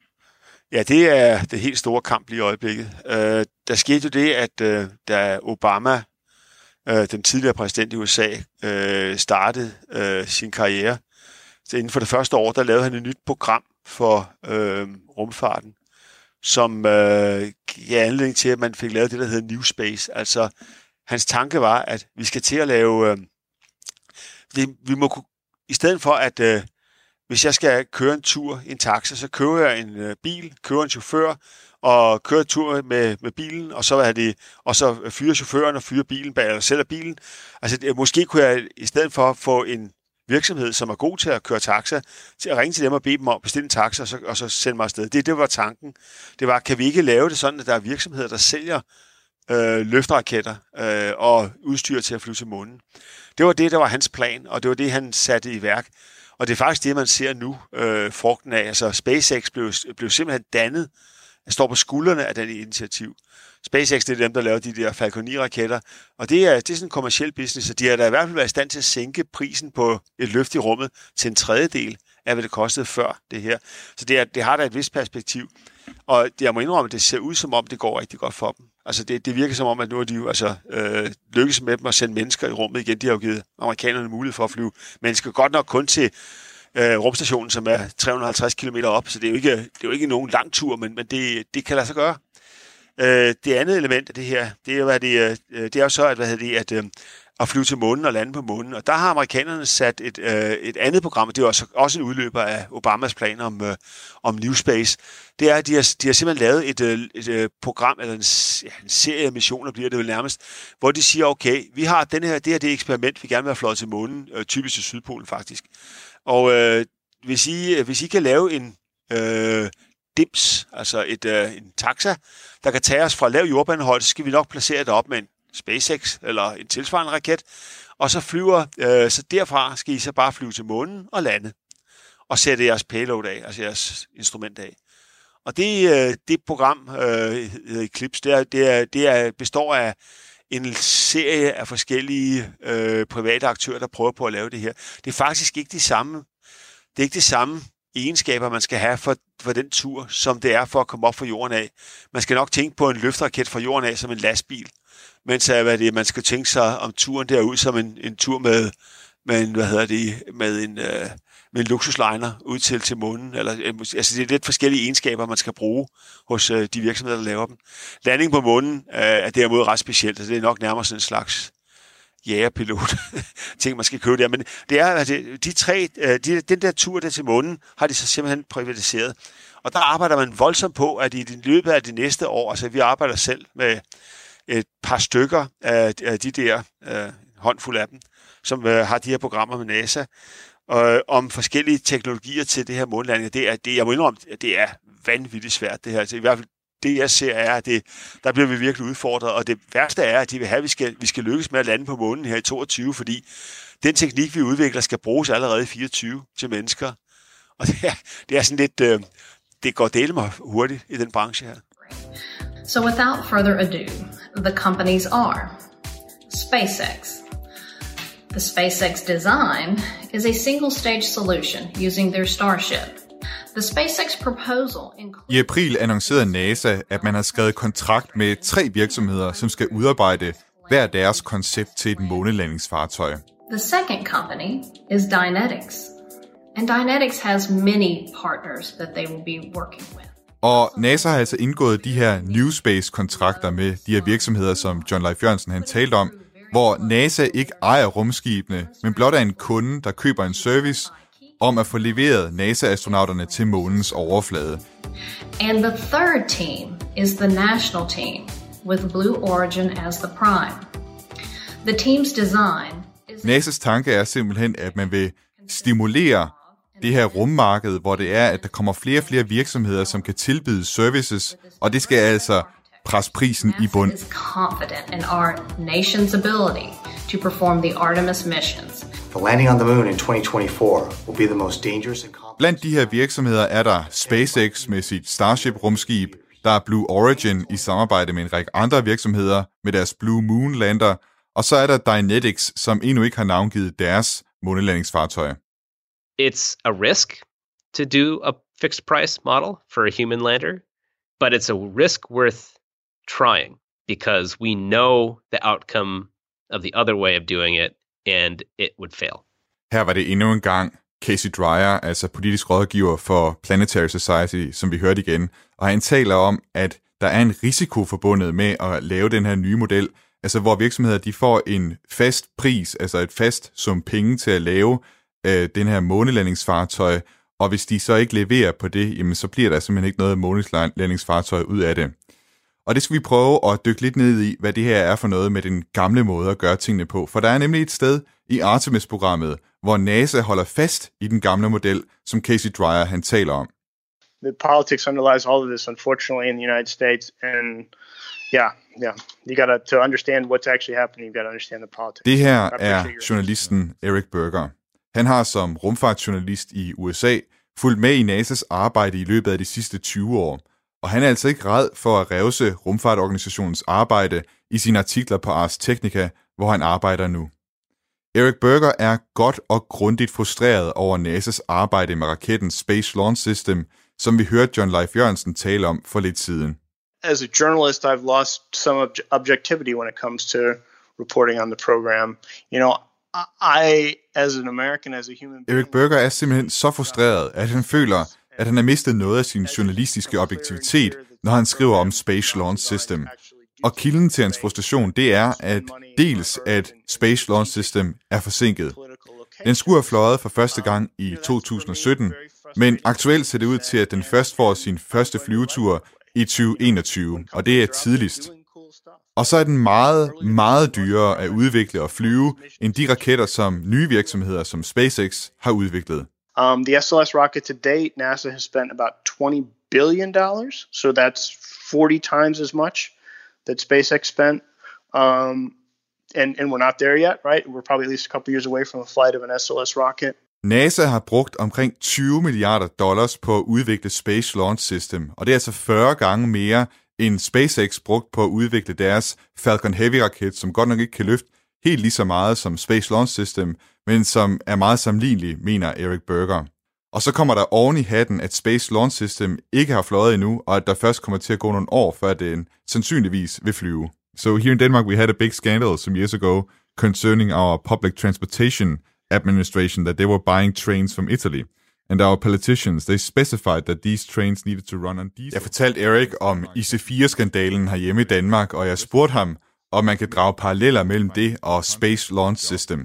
Ja, det er det helt store kamp lige i øjeblikket. Øh, der skete jo det, at øh, da Obama, den tidligere præsident i U S A, øh, startede øh, sin karriere. Så inden for det første år, der lavede han et nyt program for øh, rumfarten, som øh, gav anledning til, at man fik lavet det, der hedder New Space. Altså, hans tanke var, at vi skal til at lave... Øh, det, vi må kunne, i stedet for, at øh, hvis jeg skal køre en tur i en taxa, så kører jeg en øh, bil, kører en chauffør, og kører tur med, med bilen, og så er det, og så fyrer chaufføren og fyrer bilen bag, eller sælger bilen. Altså, det, måske kunne jeg i stedet for få en virksomhed, som er god til at køre taxa, til at ringe til dem og bede dem om at bestille en taxa, og så, og så sende mig afsted. Det, det var tanken. Det var, kan vi ikke lave det sådan, at der er virksomheder, der sælger øh, løfteraketter øh, og udstyr til at flyve til månen. Det var det, der var hans plan, og det var det, han satte i værk. Og det er faktisk det, man ser nu øh, frugten af. Altså, SpaceX blev, blev simpelthen dannet, står på skuldrene af den initiativ. SpaceX, det er dem, der laver de der Falcon ni-raketter, og det er, det er sådan en kommerciel business, og de har da i hvert fald været i stand til at sænke prisen på et løft i rummet til en tredjedel af, hvad det kostede før det her. Så det, er, det har da et vist perspektiv. Og jeg må indrømme, at det ser ud som om, det går rigtig godt for dem. Altså det, det virker som om, at nu er de jo altså, øh, lykkes med dem at sende mennesker i rummet igen. De har jo givet amerikanerne mulighed for at flyve mennesker godt nok kun til øh, rumstationen, som er tre hundrede og halvtreds kilometer op, så det er jo ikke, det er jo ikke nogen lang tur, men, men det, det kan lade sig gøre. Øh, det andet element af det her, det er, hvad det, øh, det er jo så, at, hvad det, at, øh, at flyve til månen og lande på månen. Og der har amerikanerne sat et, øh, et andet program, og det er også, også en udløber af Obamas planer om, øh, om New Space. Det er, at de har, de har simpelthen lavet et, et, et, et program, eller en, ja, en serie af missioner bliver det vel nærmest, hvor de siger, okay, vi har den her, det her det eksperiment, vi gerne vil have fløjet til månen, øh, typisk til Sydpolen faktisk. Og øh, hvis, I, hvis I kan lave en øh, dims, altså et, øh, en taxa, der kan tage os fra lav jordbanehøjde, så skal vi nok placere det op med en SpaceX eller en tilsvarende raket, og så flyver, øh, så derfra skal I så bare flyve til månen og lande, og sætte jeres payload af, altså jeres instrument af. Og det, øh, det program, øh, Eclipse, det, er, det, er, det er, består af en serie af forskellige øh, private aktører, der prøver på at lave det her. Det er faktisk ikke de samme, det er ikke de samme egenskaber, man skal have for, for den tur, som det er for at komme op fra jorden af. Man skal nok tænke på en løfteraket fra jorden af som en lastbil, mens hvad det, man skal tænke sig om turen derud som en, en tur med, med en, hvad hedder det, med en, øh, med en luksusliner ud til, til månen. Eller, altså det er lidt forskellige egenskaber, man skal bruge hos øh, de virksomheder, der laver dem. Landing på månen øh, er derimod ret specielt, altså det er nok nærmere sådan en slags jægerpilot ting, man skal købe der. Men det er, altså, de tre, de, den der tur der til månen, har de så simpelthen privatiseret. Og der arbejder man voldsomt på, at i løbet af de næste år, altså vi arbejder selv med et par stykker af, af de der øh, håndfuld af dem, som øh, har de her programmer med NASA, og om forskellige teknologier til det her månelanding. Det er, det, jeg må indrømme, det er vanvittigt svært det her. Altså, i hvert fald det, jeg ser, er, at det, der bliver vi virkelig udfordret, og det værste er, at de vil have, at vi skal, vi skal lykkes med at lande på månen her i toogtyve, fordi den teknik, vi udvikler, skal bruges allerede i fireogtyve til mennesker. Og det er, det er sådan lidt, øh, det går dele mig hurtigt i den branche her. So without further ado, the companies are SpaceX. The SpaceX design is a single-stage solution using their Starship. The SpaceX proposal includes... I april annoncerede NASA, at man har skrevet kontrakt med tre virksomheder, som skal udarbejde hver deres koncept til et månelandingsfartøj. The second company is Dynetics. And Dynetics has many partners that they will be working with. Og NASA har altså indgået de her New Space-kontrakter med de her virksomheder, som John Leif Jørgensen han talte om, hvor NASA ikke ejer rumskibene, men blot er en kunde, der køber en service om at få leveret NASA-astronauterne til månens overflade. And the third team is the national team, with Blue Origin as the prime. The team's design is... NASA's tanke er simpelthen, at man vil stimulere det her rummarked, hvor det er, at der kommer flere og flere virksomheder, som kan tilbyde services, og det skal altså presse prisen i bund. Confident in our nation's ability to perform the Artemis missions. The landing on the moon in twenty twenty-four will be the most dangerous and complex. Blandt de her virksomheder er der SpaceX med sit Starship-rumskib, der er Blue Origin i samarbejde med en række andre virksomheder med deres Blue Moon lander, og så er der Dynetics, som endnu ikke har navngivet deres månelandingsfartøj. It's a risk to do a fixed price model for a human lander, but it's a risk worth trying because we know the outcome of the other way of doing it, and it would fail. Her var det endnu en gang Casey Dreyer, altså politisk rådgiver for Planetary Society, som vi hørte igen, og han taler om, at der er en risiko forbundet med at lave den her nye model, altså hvor virksomheder de får en fast pris, altså et fast sum penge til at lave øh, den her månelandingsfartøj, og hvis de så ikke leverer på det, jamen så bliver der simpelthen ikke noget månelandingsfartøj ud af det. Og det skal vi prøve at dykke lidt ned i, hvad det her er for noget med den gamle måde at gøre tingene på. For der er nemlig et sted i Artemis-programmet, hvor NASA holder fast i den gamle model, som Casey Dreyer han taler om. The politics underlies all of this, unfortunately, in the United States, and yeah, yeah, you got to to understand what's actually happening. You got to understand the politics. Det her er journalisten Eric Berger. Han har som rumfartsjournalist i U S A fulgt med i NASAs arbejde i løbet af de sidste tyve år. Og han er altså ikke ræd for at revse rumfartorganisationens arbejde i sine artikler på Ars Technica, hvor han arbejder nu. Eric Berger er godt og grundigt frustreret over NASAs arbejde med raketten Space Launch System, som vi hørte John Leif Jørgensen tale om for lidt siden. As a journalist, I've lost some ob- objectivity when it comes to reporting on the program. You know, I, as an American, as a human being... Eric Berger er simpelthen så frustreret, at han føler, at han har mistet noget af sin journalistiske objektivitet, når han skriver om Space Launch System. Og kilden til hans frustration, det er, at dels at Space Launch System er forsinket. Den skulle have fløjet for første gang i to tusind sytten, men aktuelt ser det ud til, at den først får sin første flyvetur i tyve enogtyve, og det er tidligst. Og så er den meget, meget dyrere at udvikle og flyve, end de raketter, som nye virksomheder som SpaceX har udviklet. Um, the S L S rocket to date, NASA has spent about twenty billion dollars, so that's forty times as much that SpaceX spent. Um, and, and we're not there yet, right? We're probably at least a couple years away from a flight of an S L S rocket. NASA har brugt omkring tyve milliarder dollars på at udvikle Space Launch System, og det er altså fyrre gange mere end SpaceX brugt på at udvikle deres Falcon Heavy-raket, som godt nok ikke kan løfte helt lige så meget som Space Launch System, men som er meget sammenlignelig, mener Eric Berger. Og så kommer der oven i hatten, at Space Launch System ikke har fløjet endnu, og at der først kommer til at gå nogle år, før den sandsynligvis vil flyve. So here in Denmark, we had a big scandal some years ago concerning our public transportation administration that they were buying trains from Italy. And our politicians, they specified that these trains needed to run on diesel. Jeg fortalte Eric om I C fire-skandalen herhjemme i Danmark, og jeg spurgte ham, om man kan drage paralleller mellem det og Space Launch System.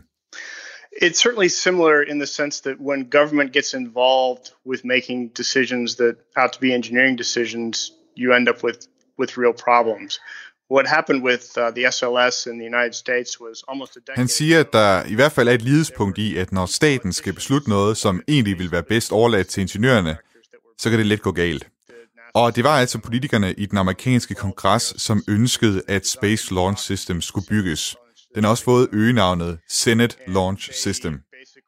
It's certainly similar in the sense that when government gets involved with making decisions that ought to be engineering decisions, you end up with, with real problems. What happened with uh, the S L S in the United States was almost a decade. Han siger, at der i hvert fald er et lidespunkt i, at når staten skal beslutte noget, som egentlig vil være bedst overladt til ingeniørerne, så kan det let gå galt. Og det var altså politikerne i den amerikanske kongres, som ønskede, at Space Launch System skulle bygges. Den har også fået øgenavnet Senate Launch System.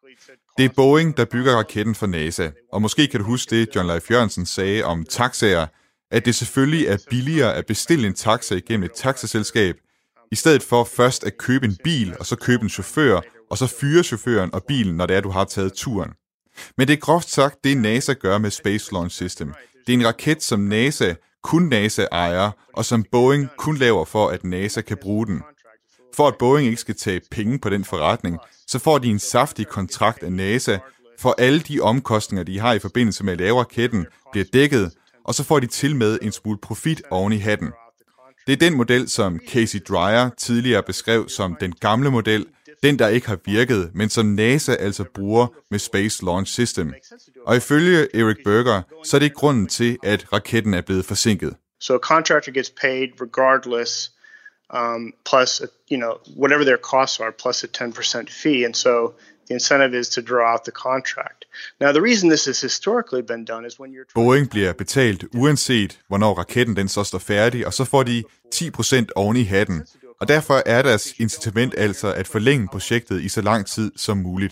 Det er Boeing, der bygger raketten for NASA, og måske kan du huske det, John Leif Jørgensen sagde om taxaer, at det selvfølgelig er billigere at bestille en taxa igennem et taxaselskab, i stedet for først at købe en bil, og så købe en chauffør, og så fyre chaufføren og bilen, når det er, du har taget turen. Men det er groft sagt det, NASA gør med Space Launch System. Det er en raket, som NASA kun NASA ejer, og som Boeing kun laver for, at NASA kan bruge den. For at Boeing ikke skal tage penge på den forretning, så får de en saftig kontrakt af NASA, for alle de omkostninger, de har i forbindelse med at lave raketten, bliver dækket, og så får de til med en smule profit oven i hatten. Det er den model, som Casey Dreyer tidligere beskrev som den gamle model, den der ikke har virket, men som NASA altså bruger med Space Launch System. Og ifølge Eric Berger, så er det grunden til, at raketten er blevet forsinket. So a contractor gets paid regardless, um, plus, you know, whatever their costs are, plus a ten percent fee, and so the incentive is to draw out the contract. Now, the reason this has historically been done is when you're... Boeing bliver betalt uanset, hvornår raketten den så står færdig, og så får de ti procent oven i hatten. Og derfor er deres incitament altså at forlænge projektet i så lang tid som muligt.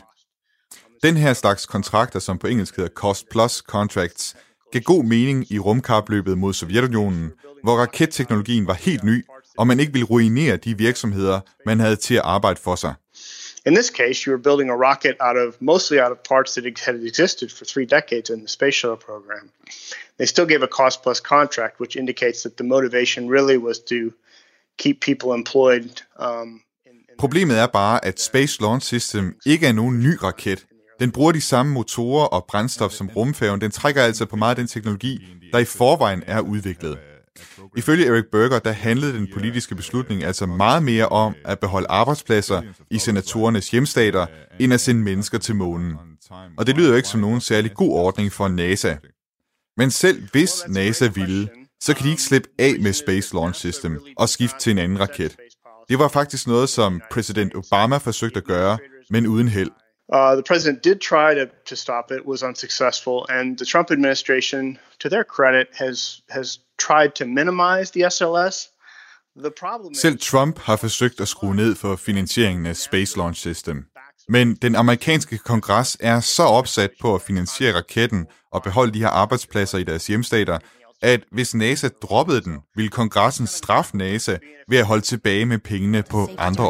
Den her slags kontrakter, som på engelsk hedder Cost Plus Contracts, gav god mening i rumkapløbet mod Sovjetunionen, hvor raketteknologien var helt ny, og man ikke ville ruinere de virksomheder, man havde til at arbejde for sig. In this case, you were building a rocket out of, mostly out of parts that had existed for three decades in the space shuttle program. They still gave a cost plus contract, which indicates that the motivation really was to keep people employed. Um, Problemet er bare, at Space Launch System ikke er nogen ny raket. Den bruger de samme motorer og brændstof som rumfærgen. Den trækker altså på meget af den teknologi, der i forvejen er udviklet. Ifølge Eric Berger, der handlede den politiske beslutning altså meget mere om at beholde arbejdspladser i senatorernes hjemstater, end at sende mennesker til månen. Og det lyder jo ikke som nogen særlig god ordning for NASA. Men selv hvis NASA ville, så kan de ikke slippe af med Space Launch System og skifte til en anden raket. Det var faktisk noget, som præsident Obama forsøgte at gøre, men uden held. Uh, the president did try to, to stop it, was unsuccessful, and the Trump administration, to their credit, has has tried to minimize the S L S. The problem is... Selv Trump har forsøgt at skrue ned for finansieringen af Space Launch System. Men den amerikanske kongres er så opsat på at finansiere raketten og beholde de her arbejdspladser i deres hjemstater, at hvis NASA droppede den, ville kongressen straffe NASA ved at holde tilbage med pengene på andre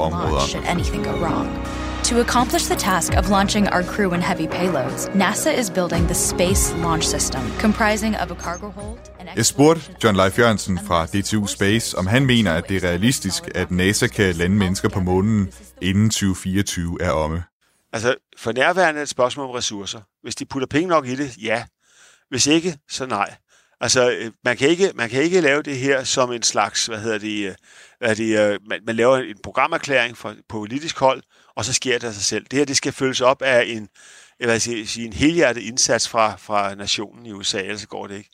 områder. To accomplish the task of launching our crew and heavy payloads, NASA is building the Space Launch System, comprising of a cargo hold and... Jeg spurgte John Leif Jørgensen fra D T U Space, om han mener, at det er realistisk, at NASA kan lande mennesker på månen, inden tyve fireogtyve er omme. Altså, for nærværende er det et spørgsmål om ressourcer. Hvis de putter penge nok i det, ja. Hvis ikke, så nej. Altså, man kan ikke, man kan ikke lave det her som en slags, hvad hedder det, hvad det man, man laver en programerklæring for, på politisk hold, og så sker det af sig selv. Det her, det skal følges op af en, jeg vil sige, sige, en helhjertet indsats fra, fra nationen i U S A, ellers går det ikke.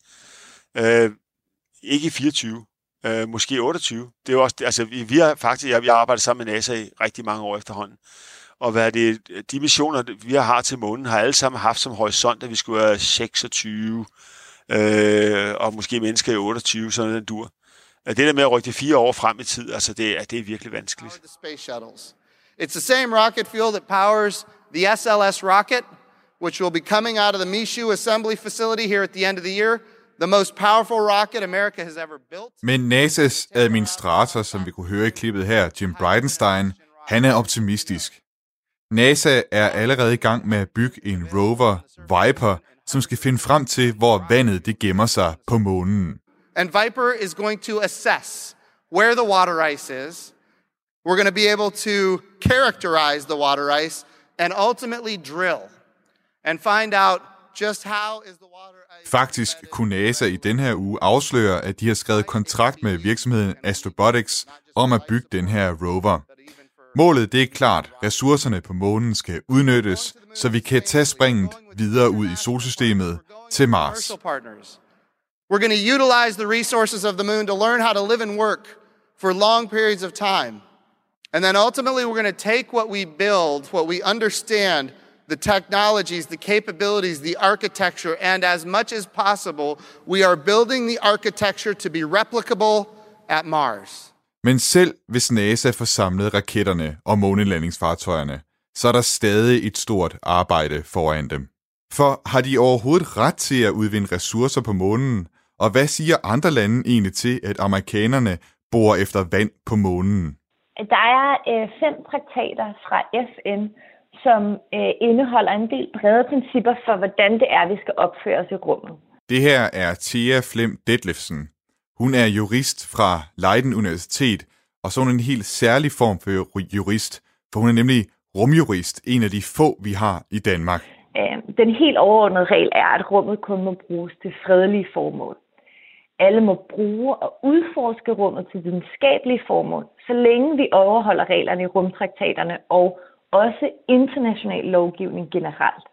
Øh, ikke i fireogtyve, øh, måske otteogtyve. Det er også, altså, vi, vi har faktisk, jeg, jeg har arbejdet sammen med NASA i rigtig mange år efterhånden. Og hvad det, de missioner, vi har til månen, har alle sammen haft som horisont, at vi skulle være seksogtyve, øh, og måske mennesker i otteogtyve, sådan en dur. Det der med at rykke det fire år frem i tid, altså det, er, det er virkelig vanskeligt. It's the same rocket fuel that powers the S L S rocket, which will be coming out of the Michoud Assembly Facility here at the end of the year. The most powerful rocket America has ever built. Men NASA's administrator, som vi kunne høre i klippet her, Jim Bridenstine, han er optimistisk. NASA er allerede i gang med at bygge en rover, Viper, som skal finde frem til, hvor vandet det gemmer sig på månen. And Viper is going to assess where the water ice is. We're going to be able to characterize the water ice and ultimately drill and find out just how is the water ice. Faktisk kunne NASA i den her uge afsløre, at de har skrevet kontrakt med virksomheden Astrobotics om at bygge den her rover. Målet det er klart, ressourcerne på månen skal udnyttes, så vi kan tage springet videre ud i solsystemet til Mars. We're going to utilize the resources of the moon to learn how to live and work for long periods of time. And then ultimately we're going to take what we build, what we understand, the technologies, the capabilities, the architecture, and as much as possible, we are building the architecture to be replicable at Mars. Men selv hvis NASA får samlet raketterne og månelandingsfartøjerne, så er der stadig et stort arbejde foran dem. For har de overhovedet ret til at udvinde ressourcer på månen, Og hvad siger andre lande egentlig til, at amerikanerne borer efter vand på månen? Der er øh, fem traktater fra F N, som øh, indeholder en del brede principper for, hvordan det er, vi skal opføre os i rummet. Det her er Thea Flem Detlefsen. Hun er jurist fra Leiden Universitet, og så er hun en helt særlig form for jurist, for hun er nemlig rumjurist, en af de få, vi har i Danmark. Den helt overordnede regel er, at rummet kun må bruges til fredelige formål. Alle må bruge og udforske rummet til videnskabelige formål, så længe vi overholder reglerne i rumtraktaterne og også international lovgivning generelt.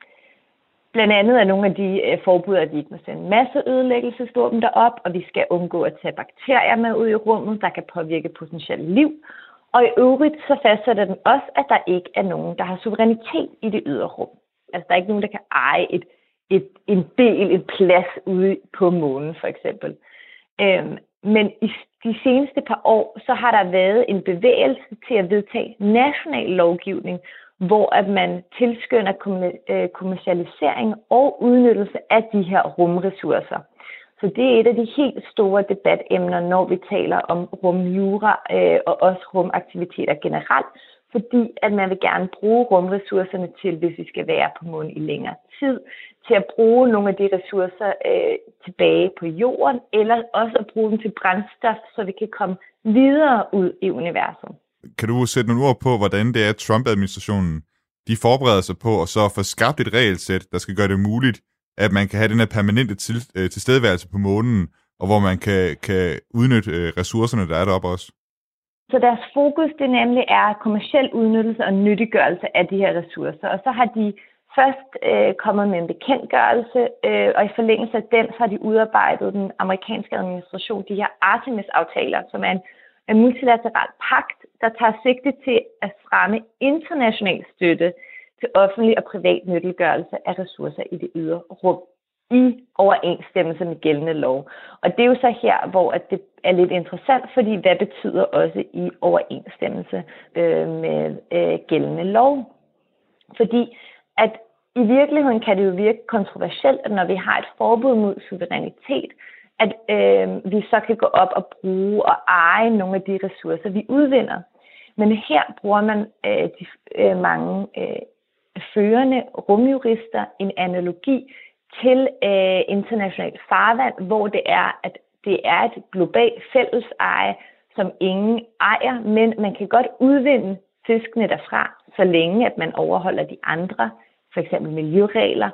Blandt andet er nogle af de forbud, at vi ikke må sende masseødelæggelsesvåben derop, og vi skal undgå at tage bakterier med ud i rummet, der kan påvirke potentielt liv. Og i øvrigt så fastsætter den også, at der ikke er nogen, der har suverænitet i det ydre rum. Altså der er ikke nogen, der kan eje et, et, en del, en plads ude på månen for eksempel. Øhm, men i de seneste par år, så har der været en bevægelse til at vedtage national lovgivning, hvor at man tilskynder kommercialisering og udnyttelse af de her rumressourcer. Så det er et af de helt store debatemner, når vi taler om rumjura øh, og også rumaktiviteter generelt, fordi at man vil gerne bruge rumressourcerne til, hvis vi skal være på månen i længere tid, til at bruge nogle af de ressourcer øh, tilbage på jorden, eller også at bruge dem til brændstof, så vi kan komme videre ud i universet. Kan du sætte nogle ord på, hvordan det er, at Trump-administrationen de forbereder sig på at så få skabt et regelsæt, der skal gøre det muligt, at man kan have den her permanente til, øh, tilstedeværelse på månen, og hvor man kan, kan udnytte øh, ressourcerne, der er deroppe også? Så deres fokus, det nemlig er kommerciel udnyttelse og nyttiggørelse af de her ressourcer. Og så har de først øh, kommet med en bekendtgørelse, øh, og i forlængelse af den, så har de udarbejdet den amerikanske administration, de her Artemis-aftaler, som er en, en multilateral pagt, der tager sigte til at fremme international støtte til offentlig og privat nyttiggørelse af ressourcer i det ydre rum i overensstemmelse med gældende lov. Og det er jo så her, hvor at det er lidt interessant, fordi hvad betyder også i overensstemmelse øh, med øh, gældende lov? Fordi at i virkeligheden kan det jo virke kontroversielt, at når vi har et forbud mod suverænitet, at øh, vi så kan gå op og bruge og eje nogle af de ressourcer, vi udvinder. Men her bruger man øh, de øh, mange øh, førende rumjurister en analogi til øh, internationalt farvand, hvor det er, at det er et globalt fælleseje, som ingen ejer, men man kan godt udvinde fiskene derfra, så længe at man overholder de andre, for eksempel miljøregler.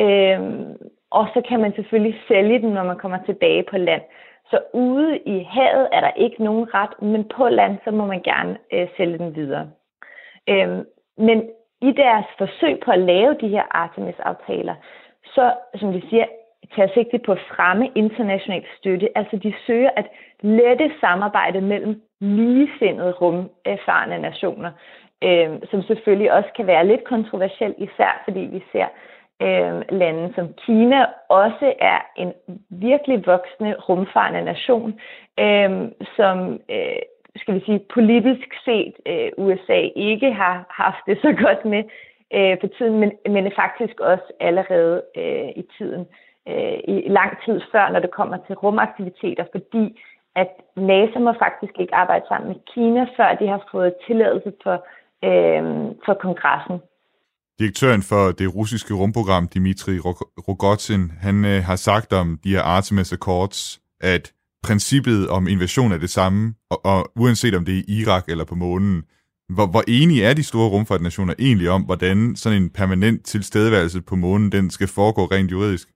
Øhm, og så kan man selvfølgelig sælge dem, når man kommer tilbage på land. Så ude i havet er der ikke nogen ret, men på land, så må man gerne øh, sælge dem videre. Øhm, men i deres forsøg på at lave de her Artemis-aftaler, så, som vi siger, tager sigte på at fremme international støtte. Altså de søger at lette samarbejde mellem ligesindede rumerfarne nationer, øh, som selvfølgelig også kan være lidt kontroversielt, især fordi vi ser øh, lande som Kina også er en virkelig voksende rumfarne nation, øh, som øh, skal vi sige politisk set øh, U S A ikke har haft det så godt med øh, for tiden, men, men faktisk også allerede øh, i tiden, øh, i lang tid før, når det kommer til rumaktiviteter, fordi at NASA må faktisk ikke arbejde sammen med Kina, før de har fået tilladelse for, øh, for kongressen. Direktøren for det russiske rumprogram, Dmitri Rogozin, han øh, har sagt om de her Artemis Accords, at princippet om invasion er det samme, og, og uanset om det er i Irak eller på månen. Hvor, hvor enige er de store rumfartsnationer egentlig om, hvordan sådan en permanent tilstedeværelse på månen, den skal foregå rent juridisk?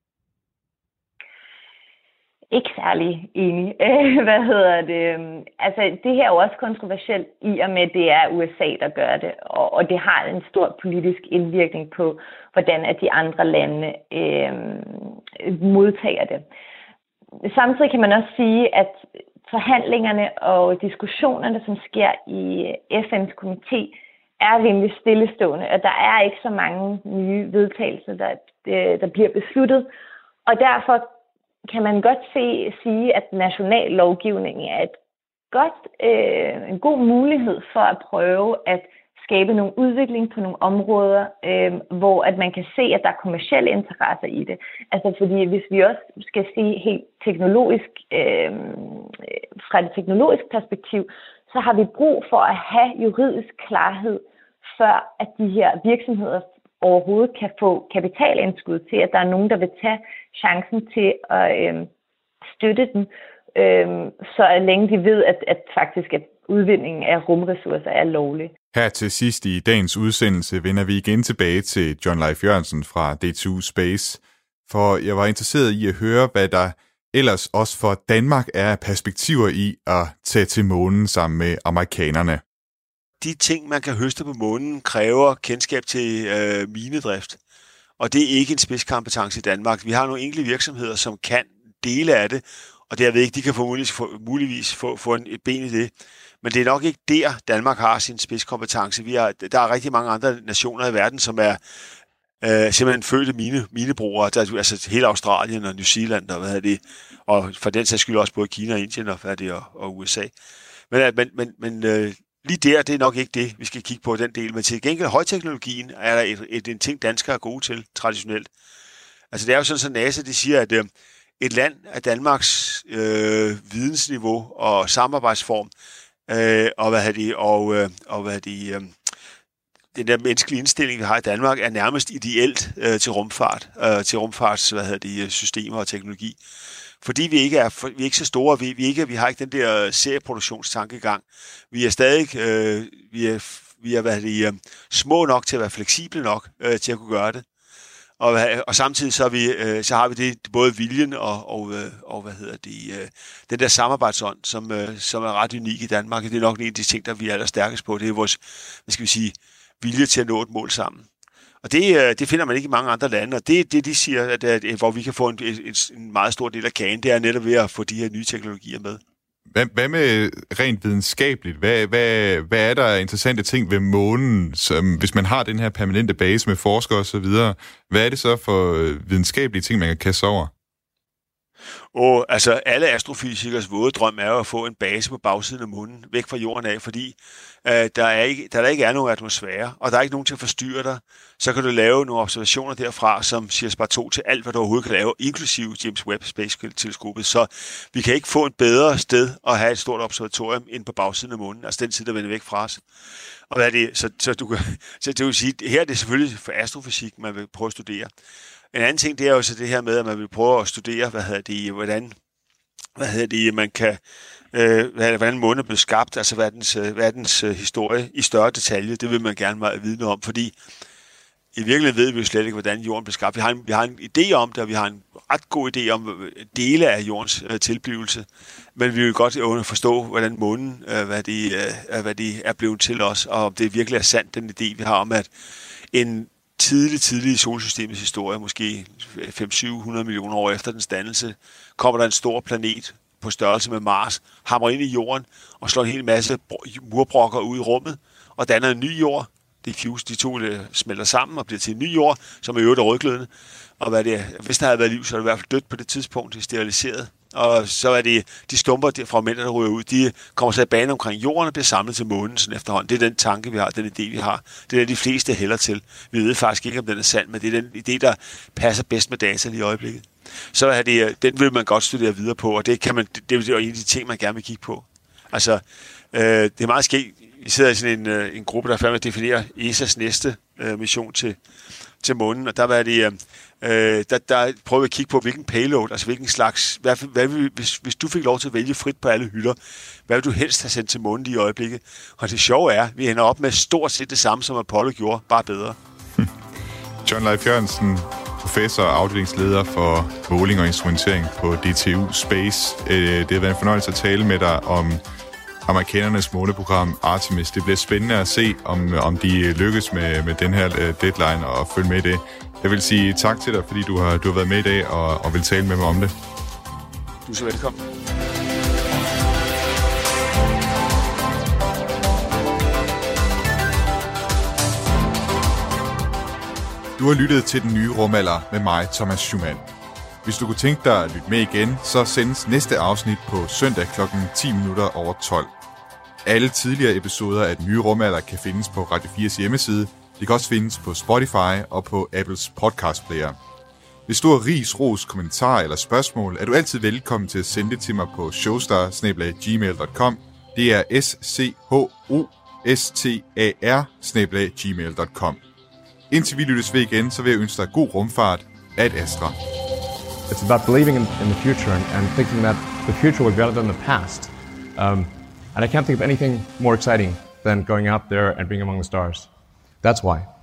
Ikke særlig enige. Hvad hedder det? Altså, det her er jo også kontroversielt i og med, at det er U S A, der gør det, og, og det har en stor politisk indvirkning på, hvordan at de andre lande øh, modtager det. Samtidig kan man også sige, at forhandlingerne og diskussionerne, som sker i F N's komité, er rimelig stillestående, og der er ikke så mange nye vedtagelser, der, der bliver besluttet. Og derfor kan man godt se, sige, at national lovgivning er et godt, øh, en god mulighed for at prøve at skabe nogle udvikling på nogle områder, øh, hvor at man kan se, at der er kommercielle interesser i det. Altså fordi hvis vi også skal se helt teknologisk, øh, fra et teknologisk perspektiv, så har vi brug for at have juridisk klarhed, før at de her virksomheder overhovedet kan få kapitalindskud til, at der er nogen, der vil tage chancen til at øh, støtte den, øh, så længe de ved, at, at faktisk at udvindingen af rumressourcer er lovlig. Her til sidst i dagens udsendelse vender vi igen tilbage til John Leif Jørgensen fra D to Space, for jeg var interesseret i at høre, hvad der ellers også for Danmark er perspektiver i at tage til månen sammen med amerikanerne. De ting, man kan høste på månen, kræver kendskab til øh, minedrift. Og det er ikke en spidskompetence i Danmark. Vi har nogle enkelte virksomheder, som kan dele af det, og derved ikke, de kan få muligvis, få, muligvis få, få en, et ben i det. Men det er nok ikke der, Danmark har sin spidskompetence. Vi har, der er rigtig mange andre nationer i verden, som er øh, simpelthen fødte mine, minebrugere. Der er altså hele Australien og New Zealand og hvad er det, og for den sags skyld også både Kina og Indien og, hvad er det, og, og U S A. Men, men, men, men øh, lige der, det er nok ikke det, vi skal kigge på den del. Men til gengæld højteknologien er der et, et, en ting, danskere er gode til traditionelt. Altså det er jo sådan, at NASA de siger, at øh, et land af Danmarks øh, vidensniveau og samarbejdsform, øh, og hvad har de, og, øh, og hvad har de, øh, den der menneskelige indstilling, vi har i Danmark, er nærmest ideelt øh, til rumfart, øh, til rumfarts, hvad hedder de, systemer og teknologi. Fordi vi ikke er, vi er ikke så store, vi, vi, ikke, vi har ikke den der serieproduktionstankegang. Vi er stadig, øh, vi er, vi er hvad de, øh, små nok til at være fleksible nok øh, til at kunne gøre det. Og, og samtidig så, er vi, øh, så har vi det både viljen og, og, øh, og hvad hedder det, øh, den der samarbejdsånd, som, øh, som er ret unik i Danmark. Det er nok en af de ting, der vi er allerstærkest på. Det er vores, hvad skal vi sige, vilje til at nå et mål sammen. Og det, det finder man ikke i mange andre lande, og det det, de siger, at, at hvor vi kan få en, en, en meget stor del af kagen, det er netop ved at få de her nye teknologier med. Hvad, hvad med rent videnskabeligt? Hvad, hvad, hvad er der interessante ting ved månen, som, hvis man har den her permanente base med forskere og så videre? Hvad er det så for videnskabelige ting, man kan kaste over? Og altså, alle astrofysikers våde drøm er jo at få en base på bagsiden af månen, væk fra jorden af, fordi øh, der, er ikke, der, der ikke er nogen atmosfære, og der er ikke nogen til at forstyrre dig. Så kan du lave nogle observationer derfra, som siger spar to til alt, hvad du overhovedet kan lave, inklusive James Webb Space-teleskopet. Så vi kan ikke få et bedre sted at have et stort observatorium end på bagsiden af månen, altså den side, der vender væk fra os. Og hvad er det? Så, så, du kan, så det vil sige, her er det selvfølgelig for astrofysik, man vil prøve at studere. En anden ting, det er jo så det her med, at man vil prøve at studere, hvad hedder det, hvordan, hvad hedder det, man kan, øh, hvordan månen blev skabt, altså verdens, verdens øh, historie i større detalje. Det vil man gerne meget vide om, fordi i virkeligheden ved vi jo slet ikke, hvordan jorden blev skabt. Vi har en, vi har en idé om det, og vi har en ret god idé om dele af jordens øh, tilblivelse, men vi vil godt forstå, hvordan månen øh, hvad de, øh, hvad de er blevet til os, og om det virkelig er sandt, den idé, vi har om, at en tidlig, tidlig i solsystemets historie, måske fem til syv hundrede millioner år efter dens dannelse, kommer der en stor planet på størrelse med Mars, hamrer ind i jorden og slår en hel masse murbrokker ud i rummet og danner en ny jord. De, fuse, de to smelter sammen og bliver til en ny jord, som er øvrigt er rødglødende. Og hvad det er, hvis der havde været liv, så er det i hvert fald dødt på det tidspunkt, det er steriliseret. Og så er det de stumper, de fragmenter, der ryger ud, de kommer så i bane omkring jorden og bliver samlet til månen sådan efterhånden. Det er den tanke, vi har, den idé, vi har. Det er det, de fleste hælder til. Vi ved faktisk ikke, om den er sand, men det er den idé, der passer bedst med data lige i øjeblikket. Så er det, den vil man godt studere videre på, og det, kan man, det er jo en af de ting, man gerne vil kigge på. Altså, øh, det er meget skægt. Vi sidder i sådan en, øh, en gruppe, der er færdig med at definere E S A's næste øh, mission til, til månen, og der var det... Øh, Øh, der, der prøver vi at kigge på, hvilken payload, altså hvilken slags, hvad, hvad vil, hvis, hvis du fik lov til at vælge frit på alle hylder, hvad vil du helst have sendt til månen i øjeblikket? Og det sjove er, vi ender op med stort set det samme, som Apollo gjorde, bare bedre. John Leif Jørgensen, professor og afdelingsleder for måling og instrumentering på D T U Space. Det har været en fornøjelse at tale med dig om amerikanernes måneprogram Artemis. Det bliver spændende at se, om, om de lykkes med, med den her deadline og følge med i det. Jeg vil sige tak til dig, fordi du har, du har været med i dag og, og vil tale med mig om det. Du er så velkommen. Du har lyttet til Den Nye Rumalder med mig, Thomas Schumann. Hvis du kunne tænke dig at lytte med igen, så sendes næste afsnit på søndag klokken ti minutter over tolv. Alle tidligere episoder af Den Nye Rumalder kan findes på Radio fires hjemmeside. De kan også findes på Spotify og på Apples podcast player. Hvis du har ris, ros, kommentar eller spørgsmål, er du altid velkommen til at sende det til mig på showstar snabel-a gmail punktum com. Det er s c h o s t a r snabel-a gmail punktum com. Indtil vi lyttes ved igen, så vil jeg ønske dig god rumfart. Ad Astra. It's about believing in, in the future and, and thinking that the future will be better than the past. Um, and I can't think of anything more exciting than going out there and being among the stars. That's why.